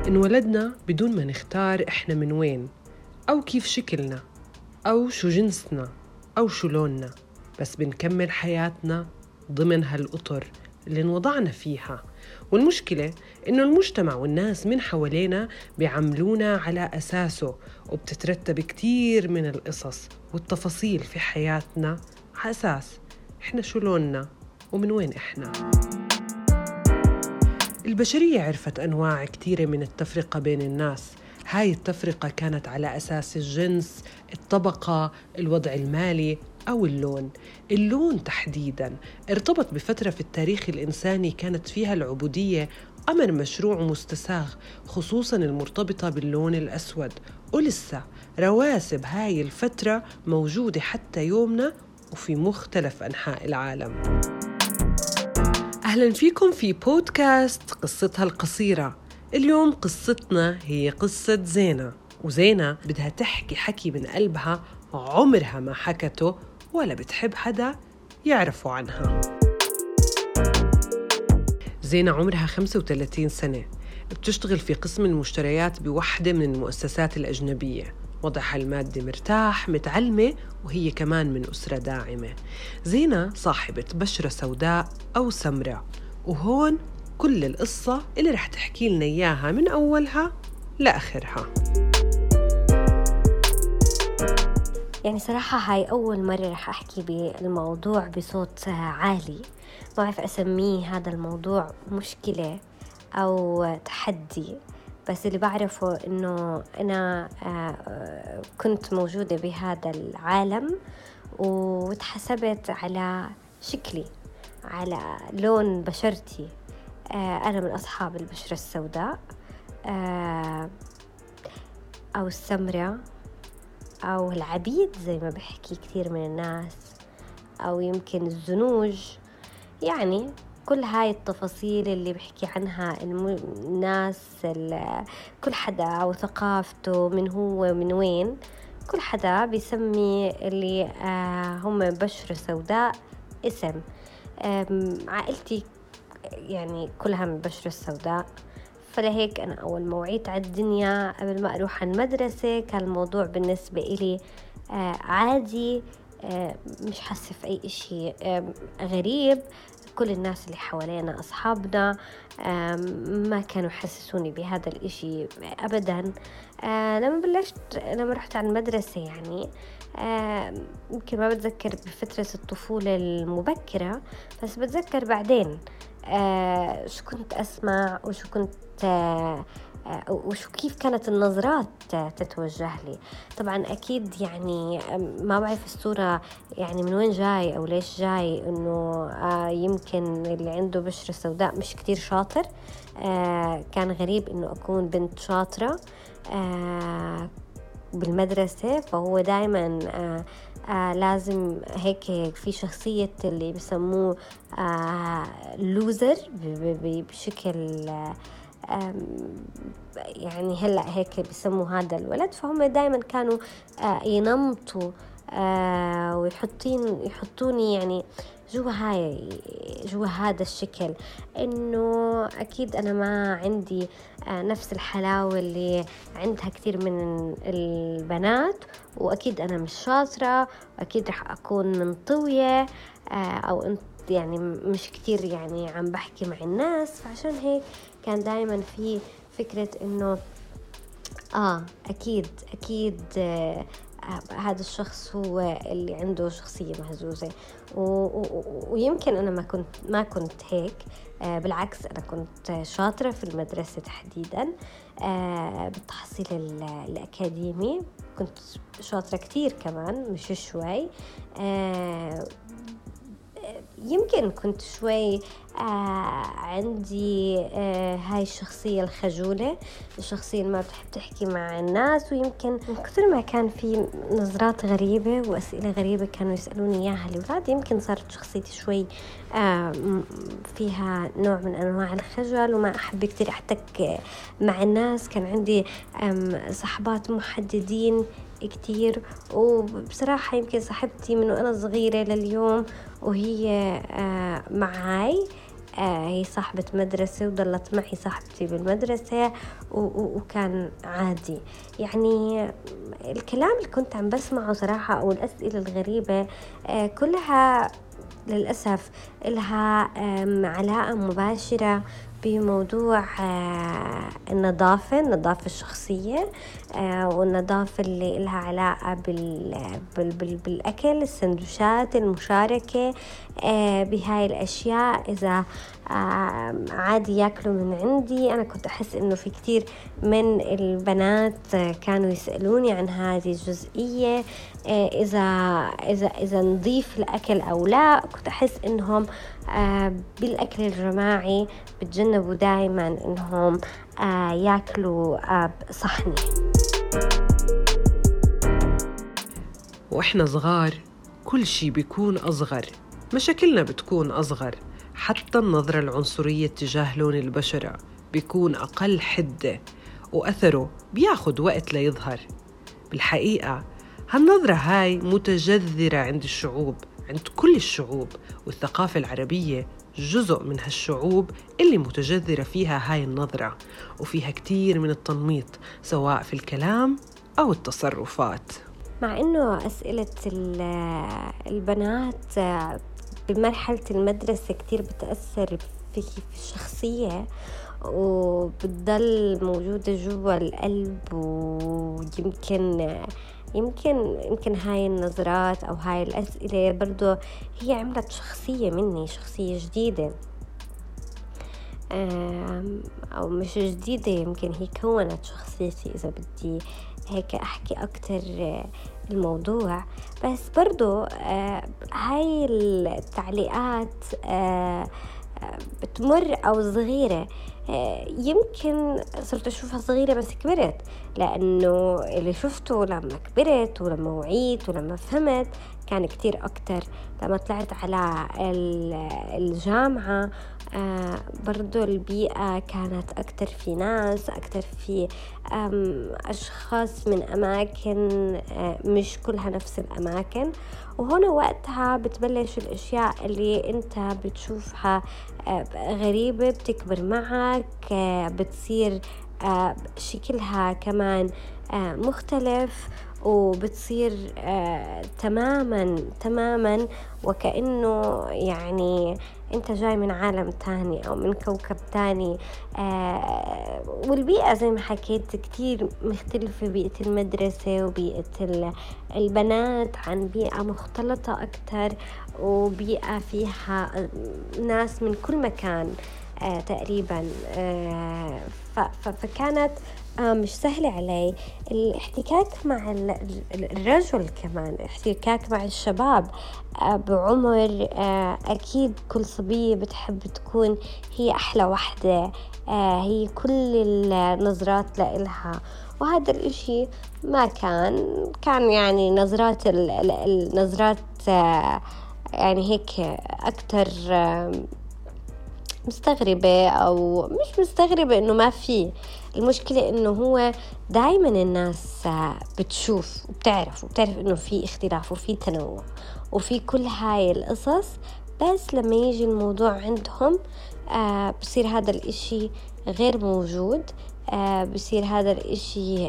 انولدنا بدون ما نختار إحنا من وين أو كيف شكلنا أو شو جنسنا أو شو لوننا، بس بنكمل حياتنا ضمن هالأطر اللي انوضعنا فيها. والمشكلة إنه المجتمع والناس من حوالينا بيعملونا على أساسه، وبتترتب كتير من القصص والتفاصيل في حياتنا على أساس إحنا شو لوننا ومن وين إحنا. البشرية عرفت أنواع كتيرة من التفرقة بين الناس. هاي التفرقة كانت على أساس الجنس، الطبقة، الوضع المالي أو اللون. اللون تحديداً ارتبط بفترة في التاريخ الإنساني كانت فيها العبودية أمر مشروع ومستساغ، خصوصاً المرتبطة باللون الأسود، ولسه رواسب هاي الفترة موجودة حتى يومنا وفي مختلف أنحاء العالم. أهلاً فيكم في بودكاست قصتها القصيرة. اليوم قصتنا هي قصة زينة، وزينة بدها تحكي حكي من قلبها عمرها ما حكته ولا بتحب حدا يعرفوا عنها. زينة عمرها 35 سنة، بتشتغل في قسم المشتريات بوحدة من المؤسسات الأجنبية. وضعها المادي مرتاح، متعلمة، وهي كمان من أسرة داعمة. زينة صاحبة بشرة سوداء أو سمراء، وهون كل القصة اللي رح تحكي لنا إياها من أولها لآخرها. يعني صراحة هاي أول مرة رح أحكي بالموضوع بصوت عالي. ما بعرف أسميه هذا الموضوع مشكلة أو تحدي، بس اللي بعرفه إنه أنا كنت موجودة بهذا العالم وتحسبت على شكلي، على لون بشرتي. أنا من أصحاب البشرة السوداء أو السمراء أو العبيد زي ما بحكي كثير من الناس، أو يمكن الزنوج. يعني كل هاي التفاصيل اللي بحكي عنها الناس، كل حدا وثقافته، من هو من وين. كل حدا بيسمي اللي هم بشرة سوداء اسم. عائلتي يعني كلها من بشرة السوداء، فلهيك أنا أول ما وعيت على الدنيا قبل ما أروح على المدرسة كان الموضوع بالنسبة إلي عادي، مش حاسة في أي إشي غريب. كل الناس اللي حوالينا أصحابنا ما كانوا يحسسوني بهذا الإشي أبدا. لما رحت على المدرسة يعني يمكن ما بتذكر بفترة الطفولة المبكرة، بس بتذكر بعدين شو كنت أسمع وشو كنت وشو كيف كانت النظرات تتوجه لي. طبعا أكيد يعني ما بعرف الصورة يعني من وين جاي أو ليش جاي، إنه يمكن اللي عنده بشرة سوداء مش كتير شاطر. كان غريب إنه أكون بنت شاطرة بالمدرسة، فهو دايما لازم هيك في شخصية اللي بيسموه لوزر بشكل يعني هلأ هيك بيسموا هذا الولد. فهم دايما كانوا ينمطوا ويحطوني يعني جوا هذا الشكل، إنه أكيد أنا ما عندي نفس الحلاوة اللي عندها كثير من البنات، وأكيد أنا مش شاطرة، وأكيد رح أكون منطوية أو يعني مش كتير يعني عم بحكي مع الناس. فعشان هيك كان دايما في فكرة إنه أكيد هذا الشخص هو اللي عنده شخصية مهزوزة. ويمكن أنا ما كنت هيك، بالعكس أنا كنت شاطرة في المدرسة تحديدا بالتحصيل الأكاديمي. كنت شاطرة كتير كمان، مش شوي. يمكن كنت شوي عندي هاي الشخصية الخجولة، الشخصية اللي ما بتحب تحكي مع الناس. ويمكن من كثر ما كان في نظرات غريبة وأسئلة غريبة كانوا يسألوني إياها الأولاد، يمكن صارت شخصيتي شوي فيها نوع من أنواع الخجل، وما أحب كتير أحتك مع الناس. كان عندي صحبات محددين كتير، وبصراحة يمكن صاحبتي من وأنا صغيرة لليوم وهي معاي هي صاحبة مدرسة وضلت معي صاحبتي بالمدرسة وكان عادي. يعني الكلام اللي كنت عم بسمعه صراحة أو الأسئلة الغريبة كلها للأسف لها علاقة مباشرة بموضوع النظافة الشخصية والنظافة اللي لها علاقة بالأكل، السندوتشات، المشاركة بهاي الأشياء. إذا عادي يأكلوا من عندي، أنا كنت أحس إنه في كتير من البنات كانوا يسألوني عن هذه الجزئية، إذا نضيف الأكل أو لا. كنت أحس إنهم بالأكل الجماعي بتجنبوا دائما إنهم يأكلوا صحني. وإحنا صغار كل شي بيكون أصغر، مشاكلنا بتكون أصغر، حتى النظرة العنصرية تجاه لون البشرة بيكون أقل حدة، وأثره بياخد وقت ليظهر. بالحقيقة هالنظرة هاي متجذرة عند الشعوب، عند كل الشعوب، والثقافة العربية جزء من هالشعوب اللي متجذرة فيها هاي النظرة، وفيها كتير من التنميط سواء في الكلام أو التصرفات. مع إنه أسئلة البنات بمرحلة المدرسة كتير بتأثر في الشخصية وبتضل موجودة جوا القلب، ويمكن هاي النظرات أو هاي الأسئلة برضو هي عملت شخصية مني، شخصية جديدة أو مش جديدة، يمكن هي كونت شخصيتي إذا بدي هيك أحكي أكتر الموضوع. بس برضو هاي التعليقات بتمر أو صغيرة، يمكن صرت أشوفها صغيرة بس كبرت، لأنه اللي شفته لما كبرت ولما وعيت ولما فهمت كان كتير أكتر. لما طلعت على الجامعة برضو البيئة كانت أكتر في ناس، أكتر في أشخاص من أماكن مش كلها نفس الأماكن، وهنا وقتها بتبلش الأشياء اللي أنت بتشوفها غريبة بتكبر معك، بتصير شكلها كمان مختلف، وبتصير تماما وكأنه يعني أنت جاي من عالم تاني أو من كوكب تاني. والبيئة زي ما حكيت كتير مختلفة، بيئة المدرسة وبيئة البنات عن بيئة مختلطة أكتر، وبيئة فيها ناس من كل مكان تقريبا. فكانت مش سهلة علي الاحتكاك مع الرجل، كمان احتكاك مع الشباب بعمر أكيد كل صبية بتحب تكون هي أحلى واحدة، هي كل النظرات لإلها، وهذا الإشي ما كان يعني النظرات يعني هيك أكتر مستغربة أو مش مستغربة إنه ما في. المشكلة إنه هو دايما الناس بتشوف وبتعرف إنه في اختلاف وفي تنوع وفي كل هاي القصص، بس لما يجي الموضوع عندهم بصير هذا الإشي غير موجود، بصير هذا الإشي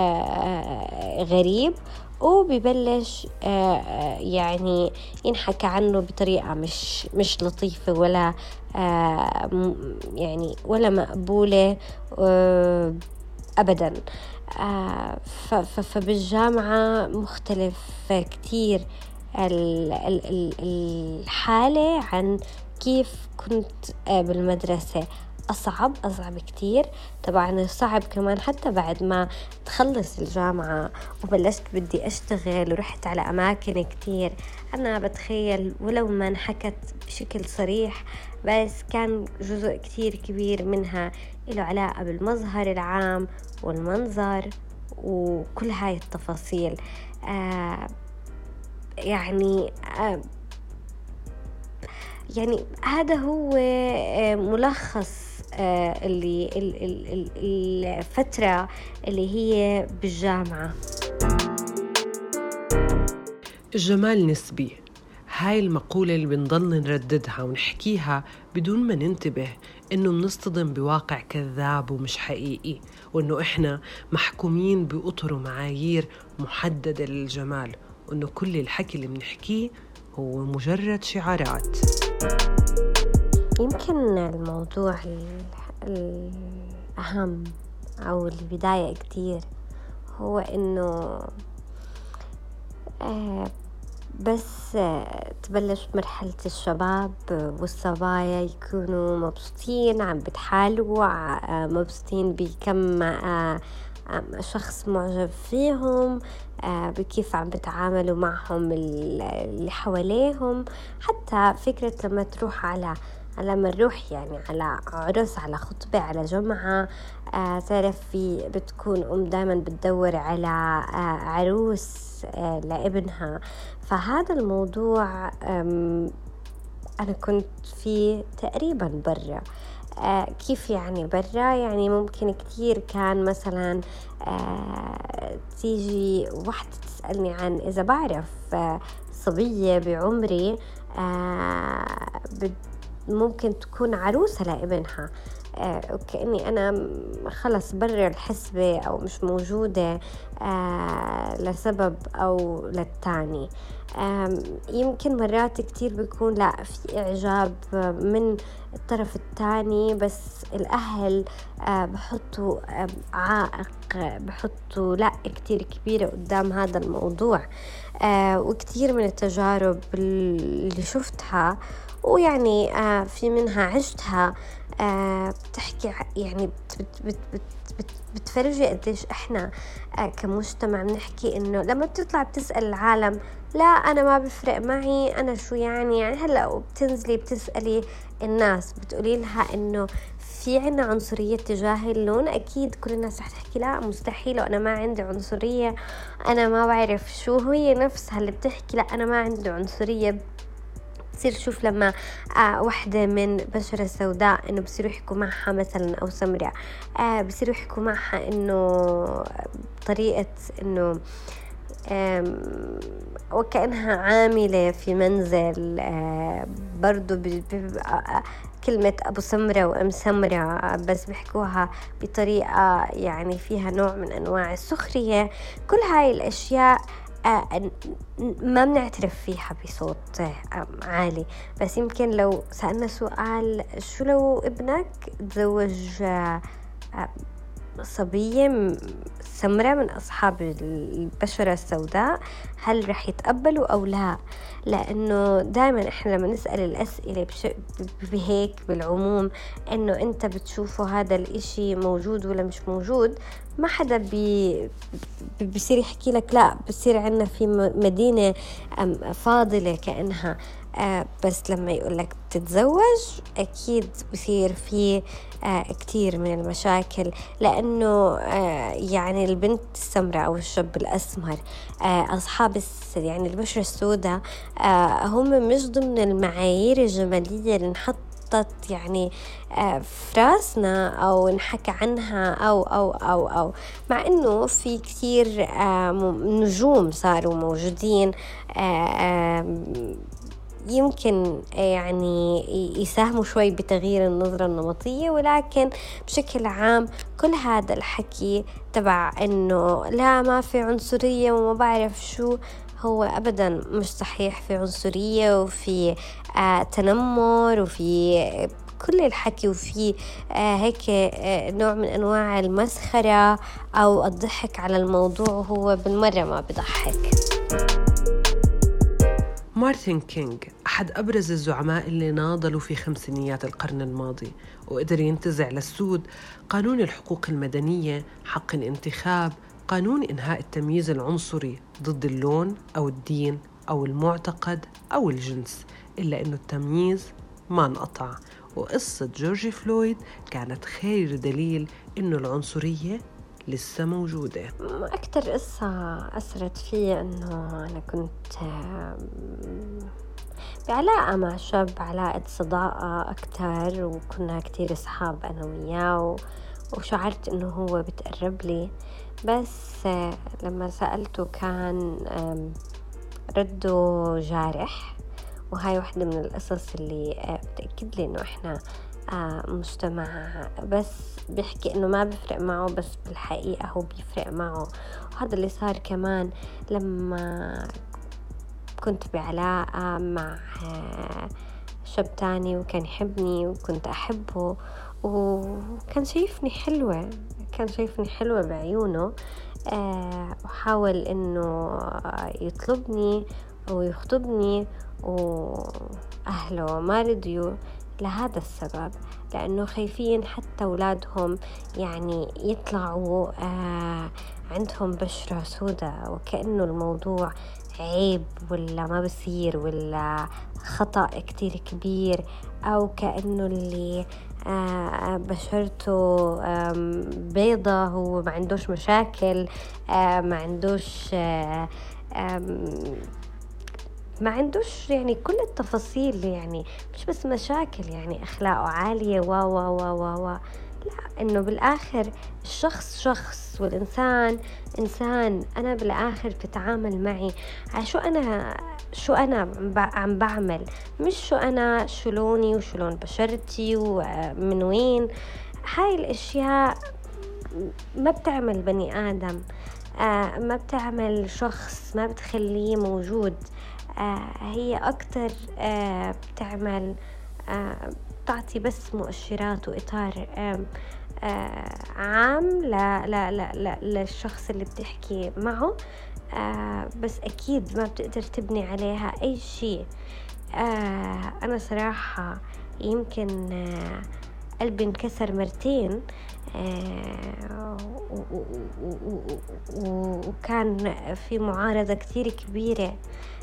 غريب، وبيبلش يعني ينحكى عنه بطريقة مش لطيفة ولا يعني ولا مقبولة أبدا. فبالجامعة مختلف كتير الحالة عن كيف كنت بالمدرسة. أصعب كتير طبعا، صعب كمان حتى بعد ما تخلص الجامعة وبلشت بدي أشتغل ورحت على أماكن كتير. أنا بتخيل ولو ما انحكت بشكل صريح، بس كان جزء كتير كبير منها له علاقة بالمظهر العام والمنظر وكل هاي التفاصيل. يعني هذا هو ملخص الفترة اللي هي بالجامعة. الجمال نسبي، هاي المقولة اللي بنضل نرددها ونحكيها بدون ما ننتبه إنه بنصطدم بواقع كذاب ومش حقيقي، وإنه إحنا محكومين بأطر ومعايير محددة للجمال، وإنه كل الحكي اللي بنحكيه هو مجرد شعارات. يمكن الموضوع الأهم أو البداية كتير هو إنه بس تبلش مرحلة الشباب والصبايا يكونوا مبسوطين، عم بتحالوا، مبسوطين بكم شخص معجب فيهم، بكيف عم بتعاملوا معهم اللي حواليهم. حتى فكرة لما نروح يعني على عرس، على خطبة، على جمعة، تعرف بتكون دايما بتدور على عروس لابنها. فهذا الموضوع أنا كنت فيه تقريبا برا. كيف يعني برا؟ يعني ممكن كتير كان مثلا تيجي واحدة تسألني عن إذا بعرف صبية بعمري ممكن تكون عروسة لابنها، وكأني أنا خلص برا الحسبة أو مش موجودة لسبب أو للتاني. يمكن مرات كتير بيكون لا في إعجاب من الطرف التاني، بس الأهل بحطوا عائق، بحطوا لا كتير كبيرة قدام هذا الموضوع. وكتير من التجارب اللي شفتها ويعني في منها عشتها بتحكي يعني بتفرجي قديش احنا كمجتمع بنحكي انه لما بتطلع بتسأل العالم لا انا ما بفرق معي، انا شو يعني هلا بتنزلي بتسألي الناس بتقولي لها انه في عنا عنصرية تجاه اللون. اكيد كل الناس رح تحكي لا مستحيل وانا ما عندي عنصرية، انا ما بعرف شو هي نفسها اللي بتحكي لا انا ما عندي عنصرية. تصير شوف لما واحدة من بشرة سوداء إنه بصيروا يحكوا معها مثلا أو سمراء بصيروا يحكوا معها إنه طريقة إنه وكأنها عاملة في منزل. برضو كلمة أبو سمرة وأم سمرة بس بيحكوها بطريقة يعني فيها نوع من أنواع السخرية. كل هاي الأشياء ما بنعترف فيها بصوت عالي، بس يمكن لو سألنا سؤال شو لو ابنك تزوج صبية سمراء من أصحاب البشرة السوداء، هل رح يتقبلوا أو لا؟ لأنه دائما إحنا لما نسأل الأسئلة بهيك بالعموم إنه أنت بتشوفوا هذا الإشي موجود ولا مش موجود، ما حدا بيصير يحكي لك لا بصير عنا في مدينة فاضلة كأنها. بس لما يقولك تتزوج أكيد بصير في كتير من المشاكل، لأنه يعني البنت السمراء أو الشاب الأسمر أصحاب يعني البشرة السوداء هم مش ضمن المعايير الجمالية اللي نحطت يعني في راسنا أو نحكى عنها أو مع إنه في كتير نجوم صاروا موجودين يمكن يعني يساهموا شوي بتغيير النظرة النمطية، ولكن بشكل عام كل هذا الحكي تبع إنه لا ما في عنصرية وما بعرف شو، هو أبدا مش صحيح. في عنصرية وفي تنمر وفي كل الحكي وفي هيك نوع من أنواع المسخرة أو الضحك على الموضوع، وهو بالمرة ما بضحك. مارتن كينغ أحد أبرز الزعماء اللي ناضلوا في خمسينيات القرن الماضي وقدر ينتزع للسود قانون الحقوق المدنية، حق الانتخاب، قانون إنهاء التمييز العنصري ضد اللون أو الدين أو المعتقد أو الجنس، إلا إنه التمييز ما انقطع. وقصة جورج فلويد كانت خير دليل إنه العنصرية لسه موجودة. أكتر قصة أثرت فيه أنه أنا كنت بعلاقة مع شاب، علاقة صداقة أكتر، وكنا كتير أصحاب أنا وياه، وشعرت أنه هو بتقرب لي. بس لما سألته كان رده جارح، وهاي واحدة من القصص اللي بتأكد لي إنه إحنا مجتمع بس بيحكي إنه ما بيفرق معه، بس بالحقيقة هو بيفرق معه. وهذا اللي صار كمان لما كنت بعلاقة مع شاب تاني وكان يحبني وكنت أحبه، وكان شايفني حلوة بعيونه، وحاول إنه يطلبني ويخطبني، وأهله ما رضيوا لهذا السبب، لأنه خايفين حتى أولادهم يعني يطلعوا عندهم بشرة سوداء، وكأنه الموضوع عيب ولا ما بصير ولا خطأ كتير كبير، أو كأنه اللي بشرته بيضة هو ما عندوش مشاكل، ما عندوش يعني كل التفاصيل، يعني مش بس مشاكل، يعني أخلاقه عالية لا، إنه بالآخر الشخص شخص والإنسان إنسان. أنا بالآخر بتعامل معي على شو أنا عم بعمل، مش شو لوني وشو لون بشرتي ومن وين. هاي الأشياء ما بتعمل بني آدم، ما بتعمل شخص، ما بتخليه موجود. هي أكتر بتعمل تعطي بس مؤشرات وإطار عام للشخص اللي بتحكي معه، بس أكيد ما بتقدر تبني عليها أي شيء. أنا صراحة يمكن قلبي انكسر مرتين، وكان في معارضة كتير كبيرة.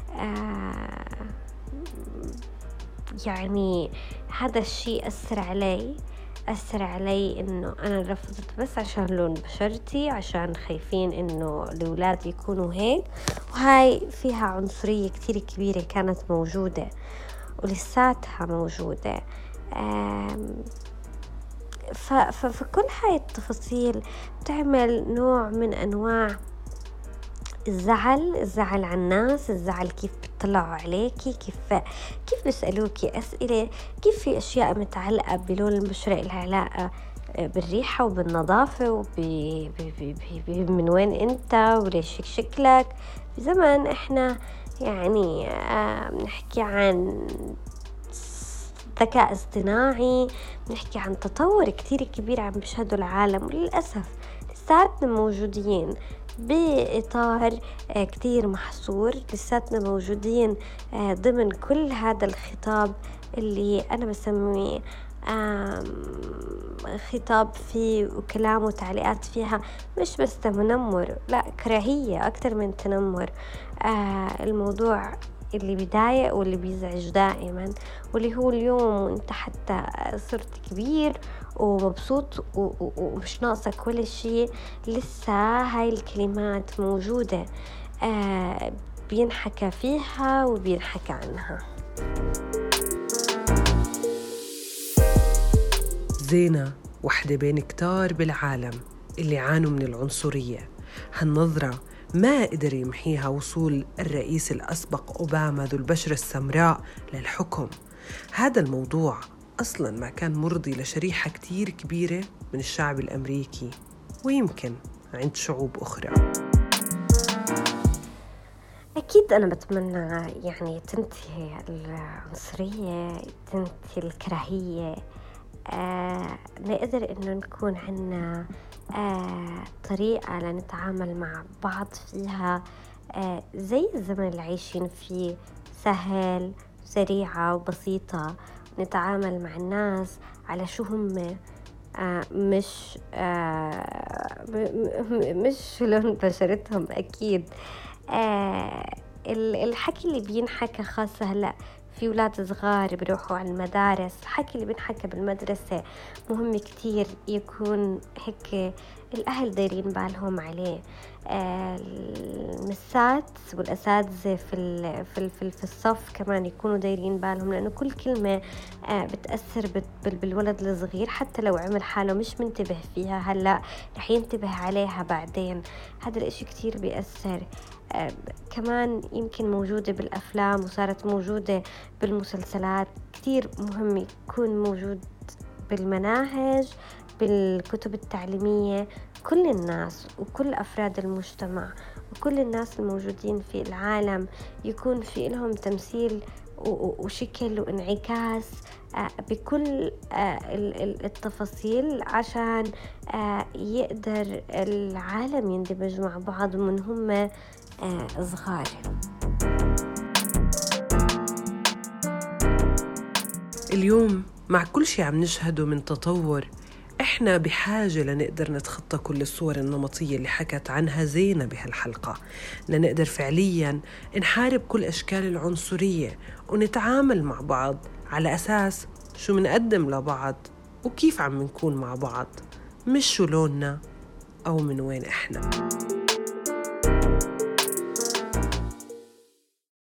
يعني هذا الشيء أثر علي إنه أنا رفضت بس عشان لون بشرتي، عشان خايفين إنه الأولاد يكونوا هيك. وهاي فيها عنصرية كتير كبيرة كانت موجودة ولساتها موجودة. فكل هاي التفاصيل تعمل نوع من أنواع الزعل على الناس، الزعل كيف بيطلعوا عليكي، كيف بيسألوكي أسئلة، كيف في أشياء متعلقة بلون البشرة لها علاقة بالريحة وبالنظافة من وين أنت وليش هيك شكلك. بزمن إحنا يعني نحكي عن ذكاء اصطناعي، نحكي عن تطور كتير كبير عم بيشهده العالم، وللأسف لساتنا موجودين بإطار كتير محصور، لساتنا موجودين ضمن كل هذا الخطاب اللي أنا بسميه خطاب فيه وكلام وتعليقات فيها مش بس تنمر، لا، كراهية أكتر من تنمر. الموضوع اللي بيضايق واللي بيزعج دائما، واللي هو اليوم وانت حتى صرت كبير ومبسوط ومش ناقصك ولا شيء، لسه هاي الكلمات موجودة، بينحكى فيها وبينحكى عنها. زينة وحدة بين كتار بالعالم اللي عانوا من العنصرية. هالنظرة ما قدر يمحيها وصول الرئيس الأسبق أوباما ذو البشرة السمراء للحكم. هذا الموضوع أصلاً ما كان مرضي لشريحة كتير كبيرة من الشعب الأمريكي، ويمكن عند شعوب أخرى. أكيد أنا بتمنى يعني تنتهي العنصرية، تنتهي الكراهية، نقدر إنه نكون عنا طريقة لنتعامل مع بعض فيها زي الزمن اللي عايشين فيه، سهل سريعة وبسيطة. نتعامل مع الناس على شو هم، مش لون بشرتهم. أكيد الحكي اللي بينحكى خاصة هلأ في أولاد صغار بيروحوا على المدارس، الحكي اللي بينحكى بالمدرسة مهم كتير يكون هيك الأهل دايرين بالهم عليه. المسات والأساتذة في الصف كمان يكونوا دايرين بالهم، لأنه كل كلمة بتأثر بالولد الصغير، حتى لو عمل حاله مش منتبه فيها هلأ رح ينتبه عليها بعدين. هذا الاشي كتير بيأثر. كمان يمكن موجودة بالأفلام وصارت موجودة بالمسلسلات. كتير مهم يكون موجود بالمناهج، بالكتب التعليمية. كل الناس وكل أفراد المجتمع وكل الناس الموجودين في العالم يكون في لهم تمثيل وشكل وانعكاس بكل التفاصيل، عشان يقدر العالم يندمج مع بعض من هم صغار. اليوم مع كل شيء عم نشهده من تطور، إحنا بحاجة لنقدر نتخطى كل الصور النمطية اللي حكت عنها زينة بهالحلقة، لنقدر فعلياً نحارب كل أشكال العنصرية ونتعامل مع بعض على أساس شو منقدم لبعض وكيف عم نكون مع بعض، مش شو لوننا أو من وين إحنا.